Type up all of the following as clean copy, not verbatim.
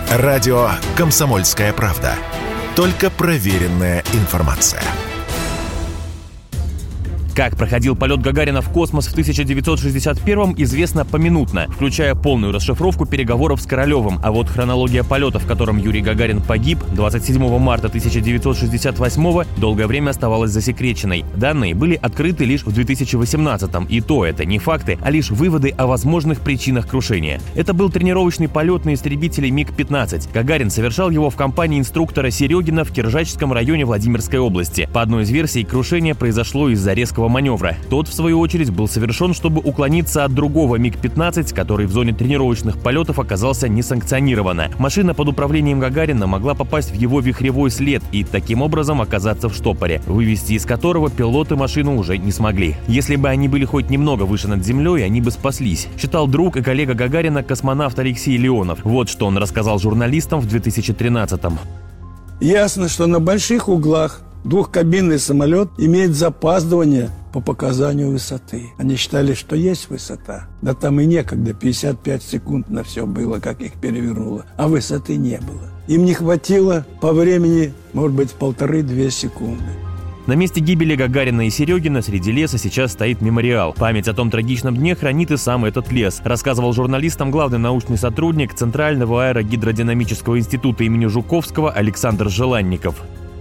Радио «Комсомольская правда». Только проверенная информация. Как проходил полет Гагарина в космос в 1961-м, известно поминутно, включая полную расшифровку переговоров с Королевым. А вот хронология полета, в котором Юрий Гагарин погиб 27 марта 1968-го, долгое время оставалась засекреченной. Данные были открыты лишь в 2018-м, и то это не факты, а лишь выводы о возможных причинах крушения. Это был тренировочный полет на истребителе МиГ-15. Гагарин совершал его в компании инструктора Серегина в Киржачском районе Владимирской области. По одной из версий, крушение произошло из-за резкого маневра. Тот, в свою очередь, был совершен, чтобы уклониться от другого МиГ-15, который в зоне тренировочных полетов оказался несанкционированно. Машина под управлением Гагарина могла попасть в его вихревой след и таким образом оказаться в штопоре, вывести из которого пилоты машину уже не смогли. Если бы они были хоть немного выше над землей, они бы спаслись, считал друг и коллега Гагарина, космонавт Алексей Леонов. Вот что он рассказал журналистам в 2013-м. Ясно, что на больших углах двухкабинный самолет имеет запаздывание по показанию высоты. Они считали, что есть высота. Да там и некогда, 55 секунд на все было, как их перевернуло. А высоты не было. Им не хватило по времени, может быть, 1,5-2 секунды. На месте гибели Гагарина и Серегина среди леса сейчас стоит мемориал. Память о том трагичном дне хранит и сам этот лес, рассказывал журналистам главный научный сотрудник Центрального аэрогидродинамического института имени Жуковского Александр Желанников.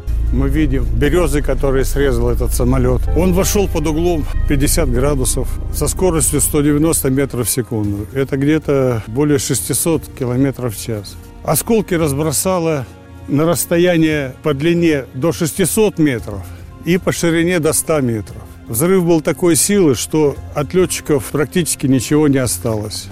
Мы видим березы, которые срезал этот самолет. Он вошел под углом 50 градусов со скоростью 190 метров в секунду. Это где-то более 600 километров в час. Осколки разбросало на расстояние по длине до 600 метров и по ширине до 100 метров. Взрыв был такой силы, что от летчиков практически ничего не осталось.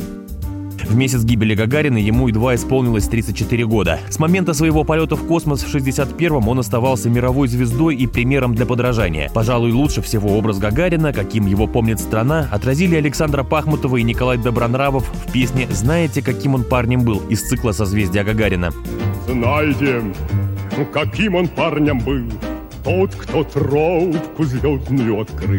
В месяц гибели Гагарина ему едва исполнилось 34 года. С момента своего полета в космос в 1961-м он оставался мировой звездой и примером для подражания. Пожалуй, лучше всего образ Гагарина, каким его помнит страна, отразили Александра Пахмутова и Николай Добронравов в песне «Знаете, каким он парнем был» из цикла «Созвездия Гагарина». Знаете, каким он парнем был, тот, кто трубку звездную открыл.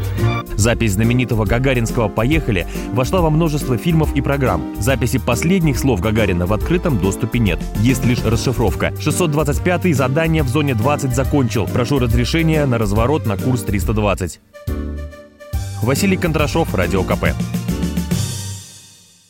Запись знаменитого гагаринского «Поехали» вошла во множество фильмов и программ. Записи последних слов Гагарина в открытом доступе нет. Есть лишь расшифровка. 625-й задание в зоне 20 закончил. Прошу разрешения на разворот на курс 320. Василий Кондрашов, Радио КП.